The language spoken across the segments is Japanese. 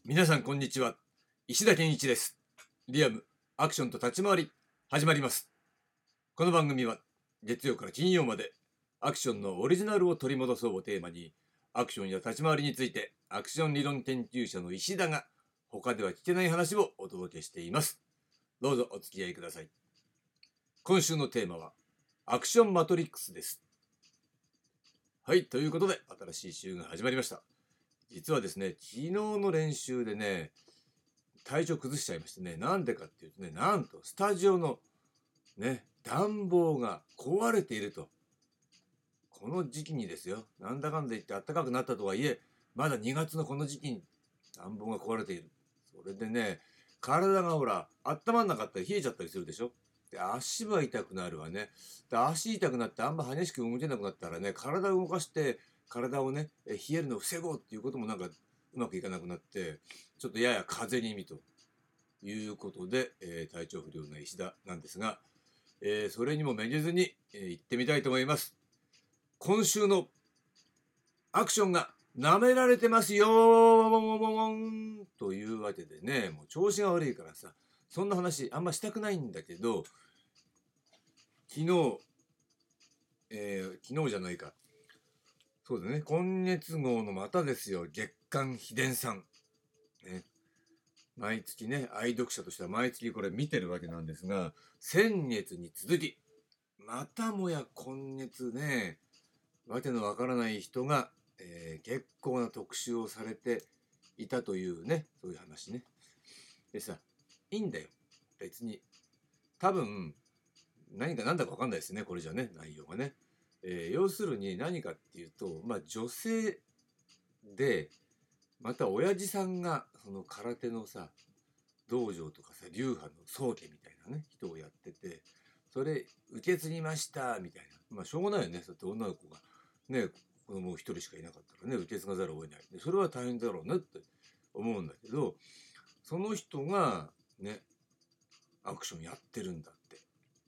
皆さんこんにちは。石田健一です。リアムアクションと立ち回り始まります。この番組は月曜から金曜までアクションのオリジナルを取り戻そうをテーマに、アクションや立ち回りについてアクション理論研究者の石田が他では聞けない話をお届けしています。どうぞお付き合いください。今週のテーマはアクションマトリックスです。はい、ということで新しい週が始まりました。実はですね、昨日の練習でね、体調崩しちゃいましてね、なんでかっていうとね、なんとスタジオのね、暖房が壊れていると。この時期にですよ、なんだかんだ言って暖かくなったとはいえ、まだ2月のこの時期に暖房が壊れている。それでね、体がほら、温まんなかったり冷えちゃったりするでしょ。で、足は痛くなるわね。で、足痛くなってあんま激しく動けなくなったらね、体を動かして、体をね、冷えるのを防ごうっていうこともなんかうまくいかなくなって、ちょっとやや風邪気味ということで、体調不良な石田なんですが、それにもめげずに、行ってみたいと思います。今週のアクションが舐められてますよーというわけでね、もう調子が悪いからさ、そんな話あんましたくないんだけど、昨日、昨日じゃないか。そうだね、今月号のまたですよ、月刊秘伝さん。ね、毎月ね、愛読者としては毎月これ見てるわけなんですが、先月に続き、またもや今月ね、わけのわからない人が、結構な特集をされていたというね、そういう話ね。でさ、いいんだよ。別に。多分、何か何だかわかんないですね、これじゃね、内容がね。要するに何かっていうと、まあ女性で、また親父さんがその空手のさ、道場とかさ、流派の宗家みたいなね、人をやってて、それ受け継ぎましたみたいな。まあしょうがないよね、そうやって女の子がね、子供一人しかいなかったらね、受け継がざるを得ない。でそれは大変だろうねって思うんだけど、その人がね、アクションやってるんだって。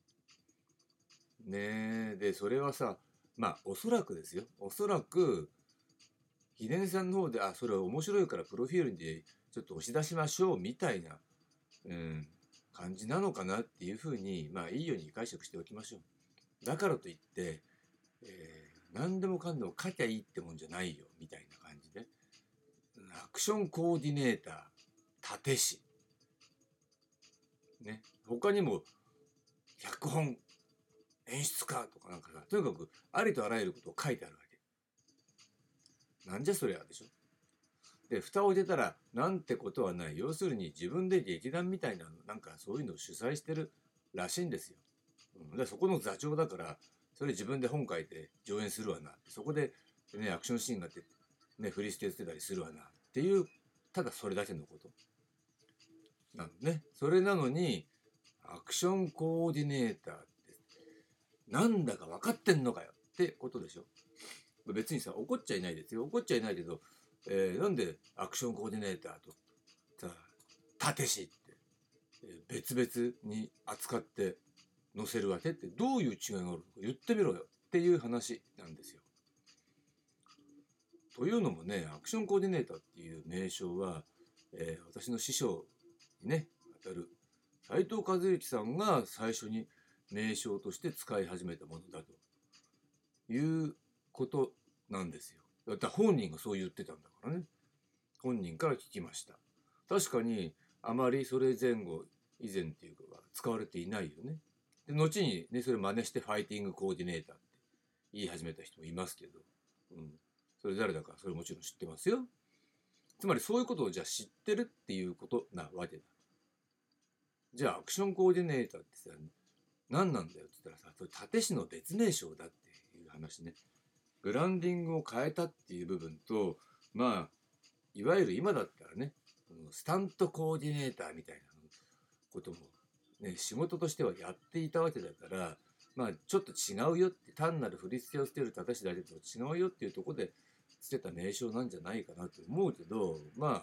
ねえ、で、それはさ、まあおそらくですよ。おそらく、秀さんの方で、あ、それ面白いからプロフィールでちょっと押し出しましょうみたいな、うん、感じなのかなっていうふうに、まあいいように解釈しておきましょう。だからといって、何でもかんでも書きゃいいってもんじゃないよみたいな感じで、アクションコーディネーター、立師、ね、他にも脚本、演出家とかなんかさ、とにかくありとあらゆることを書いてあるわけ。なんじゃそりゃでしょ。で、蓋を開けたら、なんてことはない。要するに自分で劇団みたいな、なんかそういうのを主催してるらしいんですよ。でそこの座長だから、それ自分で本書いて上演するわな。そこで、ね、アクションシーンがあって、ね、振り付けしてたりするわな。っていう、ただそれだけのことなのね。それなのに、アクションコーディネーターって、なんだか分かってんのかよってことでしょ。別にさ、怒っちゃいないですよ。怒っちゃいないけど、なんでアクションコーディネーターとさ、立師って、別々に扱って載せるわけってどういう違いがあるのか言ってみろよっていう話なんですよ。というのもね、アクションコーディネーターっていう名称は、私の師匠にね、あたる斉藤和之さんが最初に名称として使い始めたものだということなんですよ。だって本人がそう言ってたんだからね。本人から聞きました。確かにあまりそれ前後以前っていうかは使われていないよね。で後にね、それ真似してファイティングコーディネーターって言い始めた人もいますけど、うん、それ誰だかそれもちろん知ってますよ。つまりそういうことをじゃあ知ってるっていうことなわけだ。じゃあアクションコーディネーターってさ、何なんだよって言ったらさ、それ立師の別名称だっていう話ね。ブランディングを変えたっていう部分と、まあ、いわゆる今だったらね、スタントコーディネーターみたいなことも、ね、仕事としてはやっていたわけだから、まあ、ちょっと違うよって、単なる振り付けをしてる正しだけと違うよっていうところでつけた名称なんじゃないかなと思うけど、まあ、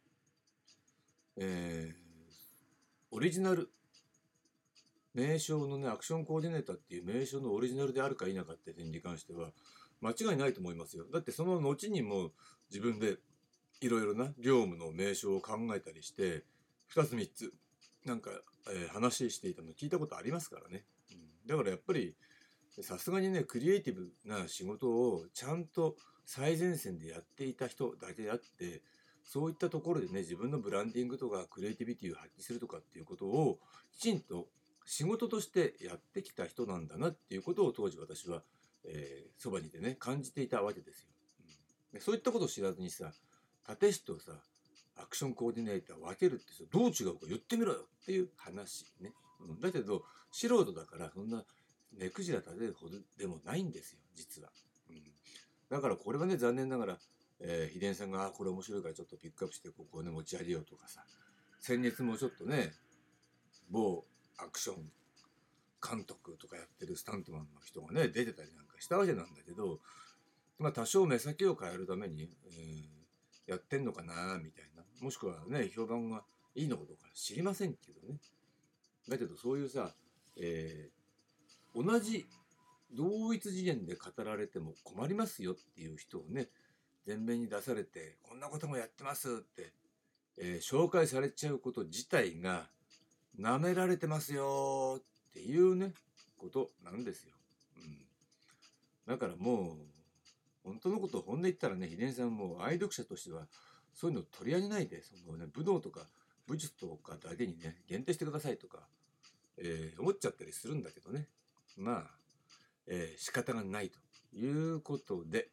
オリジナル、名称のね、アクションコーディネーターっていう名称のオリジナルであるか否かって点に関しては、間違いないと思いますよ。だってその後にも自分でいろいろな業務の名称を考えたりして2つ3つなんか、話していたの聞いたことありますからね、だからやっぱりさすがにねクリエイティブな仕事をちゃんと最前線でやっていた人だけであって、そういったところでね自分のブランディングとかクリエイティビティを発揮するとかっていうことをきちんと仕事としてやってきた人なんだなっていうことを当時私はそばにいてね感じていたわけですよ。でそういったことを知らずにさ、立石とさアクションコーディネーター分けるってさどう違うか言ってみろよっていう話ね、だけど素人だからそんな目くじら立てるほどでもないんですよ実は、だからこれはね残念ながら、秀伝さんがこれ面白いからちょっとピックアップしてここをね持ち上げようとかさ、先月もちょっとね某アクション監督とかやってるスタントマンの人がね出てたりなんかしたわけなんだけど、まあ多少目先を変えるために、やってんのかなみたいな、もしくはね評判がいいのかどうか知りませんけどね。だけどそういうさ、同じ同一次元で語られても困りますよっていう人をね前面に出されてこんなこともやってますって、紹介されちゃうこと自体が舐められてますよっていうねことなんですよ、だからもう本当のことを本音言ったらね、秀伝さんも愛読者としてはそういうの取り上げないで、そのね武道とか武術とかだけにね限定してくださいとか、思っちゃったりするんだけどね、まあ、仕方がないということで、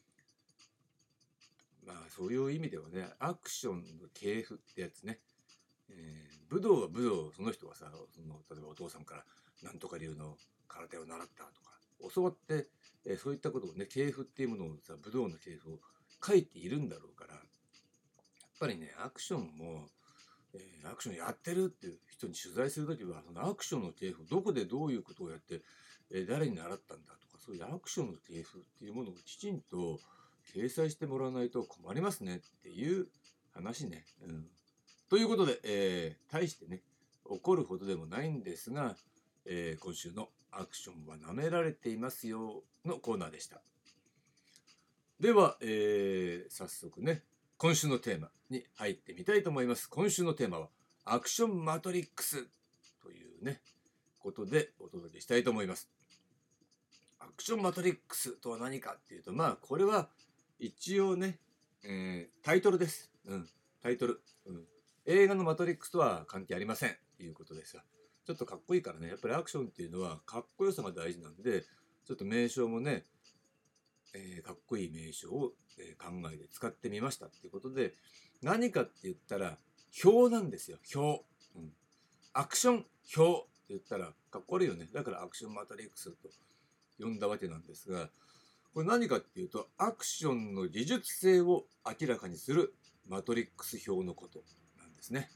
まあそういう意味ではねアクションの系譜ってやつね、武道は武道、その人はさその例えばお父さんからなんとか流の空手を習ったとか教わって、そういったことをね系譜っていうものをさ武道の系譜を書いているんだろうから、やっぱりねアクションも、アクションやってるっていう人に取材する時はそのアクションの系譜どこでどういうことをやって、誰に習ったんだとか、そういうアクションの系譜っていうものをきちんと掲載してもらわないと困りますねっていう話ね。ということで、大してね怒るほどでもないんですが、今週のアクションは舐められていますよのコーナーでした。では、早速ね今週のテーマに入ってみたいと思います。今週のテーマはアクションマトリックスというねことでお届けしたいと思います。アクションマトリックスとは何かっていうと、まあこれは一応ね、タイトルです、タイトル、映画のマトリックスとは関係ありませんっていうことですが、ちょっとかっこいいからね、やっぱりアクションっていうのはかっこよさが大事なんで、ちょっと名称もね、かっこいい名称を、考えて使ってみましたっていうことで、何かって言ったら表なんですよ、表、アクション表って言ったらかっこ悪いよね。だからアクションマトリックスと呼んだわけなんですが、これ何かっていうとアクションの技術性を明らかにするマトリックス表のことなんですね。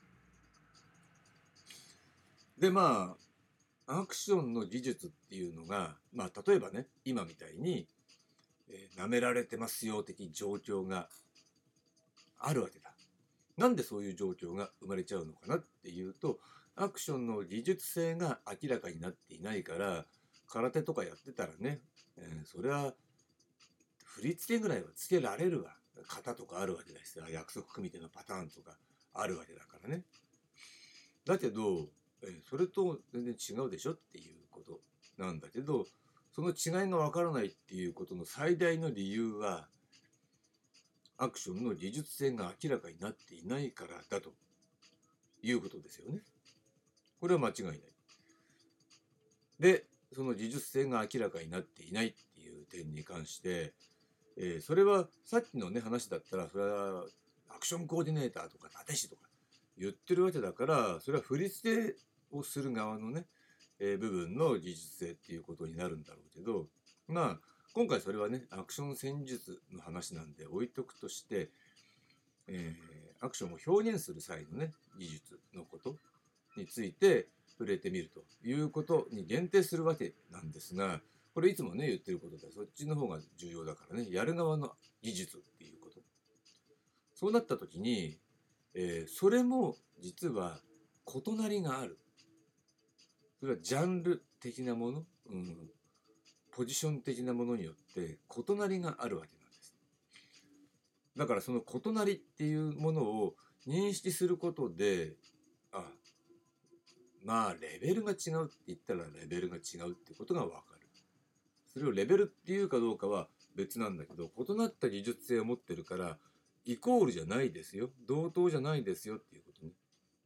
でまあアクションの技術っていうのが、まあ、例えばね今みたいに、舐められてますよ的状況があるわけだ。なんでそういう状況が生まれちゃうのかなっていうと、アクションの技術性が明らかになっていないから、空手とかやってたらね、それは振り付けぐらいはつけられるわ。型とかあるわけだしさ、約束組手のパターンとかあるわけだからね。だけど、それと全然違うでしょっていうことなんだけど、その違いがわからないっていうことの最大の理由は、アクションの技術性が明らかになっていないからだということですよね。これは間違いない。で、その技術性が明らかになっていないっていう点に関して、それはさっきのね話だったら、それはアクションコーディネーターとか立石とか言ってるわけだから、それは振り付けをする側のね、部分の技術性っていうことになるんだろうけど、まあ今回それはねアクション戦術の話なんで置いとくとして、アクションを表現する際のね技術のことについて触れてみるということに限定するわけなんですが、これいつもね言ってることで、そっちの方が重要だからね、やる側の技術っていうこと。そうなった時に、それも実は異なりがある。それはジャンル的なもの、ポジション的なものによって異なりがあるわけなんです。 だからその異なりっていうものを認識することで、あ、まあレベルが違うって言ったらレベルが違うってことが分かる。それをレベルっていうかどうかは別なんだけど、異なった技術性を持ってるからイコールじゃないですよ、同等じゃないですよっていうことね。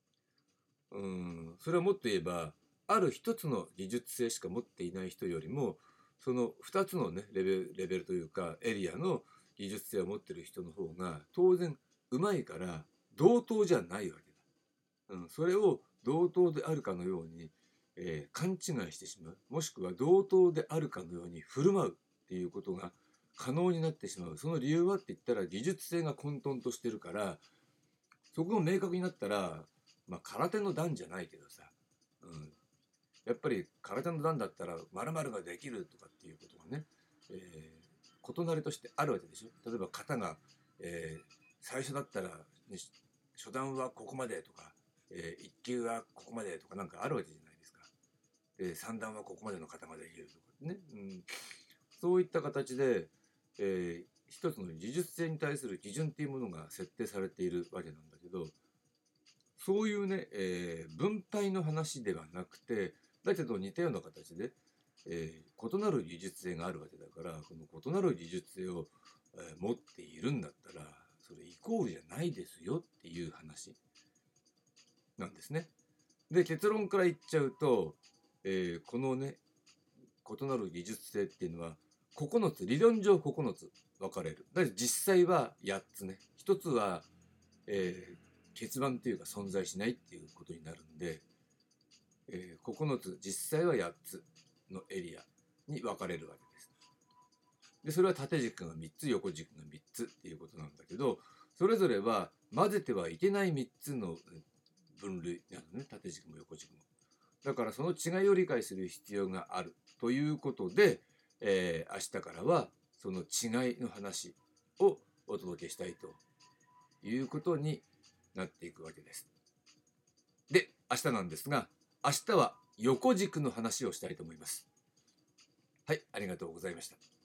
それはもっと言えば、ある一つの技術性しか持っていない人よりも、その二つのねレベルというかエリアの技術性を持ってる人の方が当然うまいから同等じゃないわけだ。それを同等であるかのように、勘違いしてしまう、もしくは同等であるかのように振る舞うっていうことが可能になってしまう。その理由はって言ったら技術性が混沌としてるから、そこが明確になったら、まあ空手の段じゃないけどさ、やっぱり空手の段だったら〇〇ができるとかっていうことがね、異なりとしてあるわけでしょ。例えば型が、最初だったら、ね、初段はここまでとか、1級はここまでとかなんかあるわけじゃないですか。3段はここまでの型ができるとかね、そういった形で、一つの技術性に対する基準っていうものが設定されているわけなんだけど、そういうね、分配の話ではなくて、だけど似たような形で、異なる技術性があるわけだから、この異なる技術性を、持っているんだったら、それイコールじゃないですよっていう話なんですね。で、結論から言っちゃうと、このね、異なる技術性っていうのは、9つ、理論上9つ分かれる。だけど実際は8つね。1つは、欠番というか存在しないっていうことになるんで、9つ、実際は8つのエリアに分かれるわけです。で、それは縦軸が3つ、横軸が3つっていうことなんだけど、それぞれは混ぜてはいけない3つの分類なのね、縦軸も横軸も。だからその違いを理解する必要があるということで、明日からはその違いの話をお届けしたいということになっていくわけです。で、明日なんですが、明日は横軸の話をしたいと思います。はい、ありがとうございました。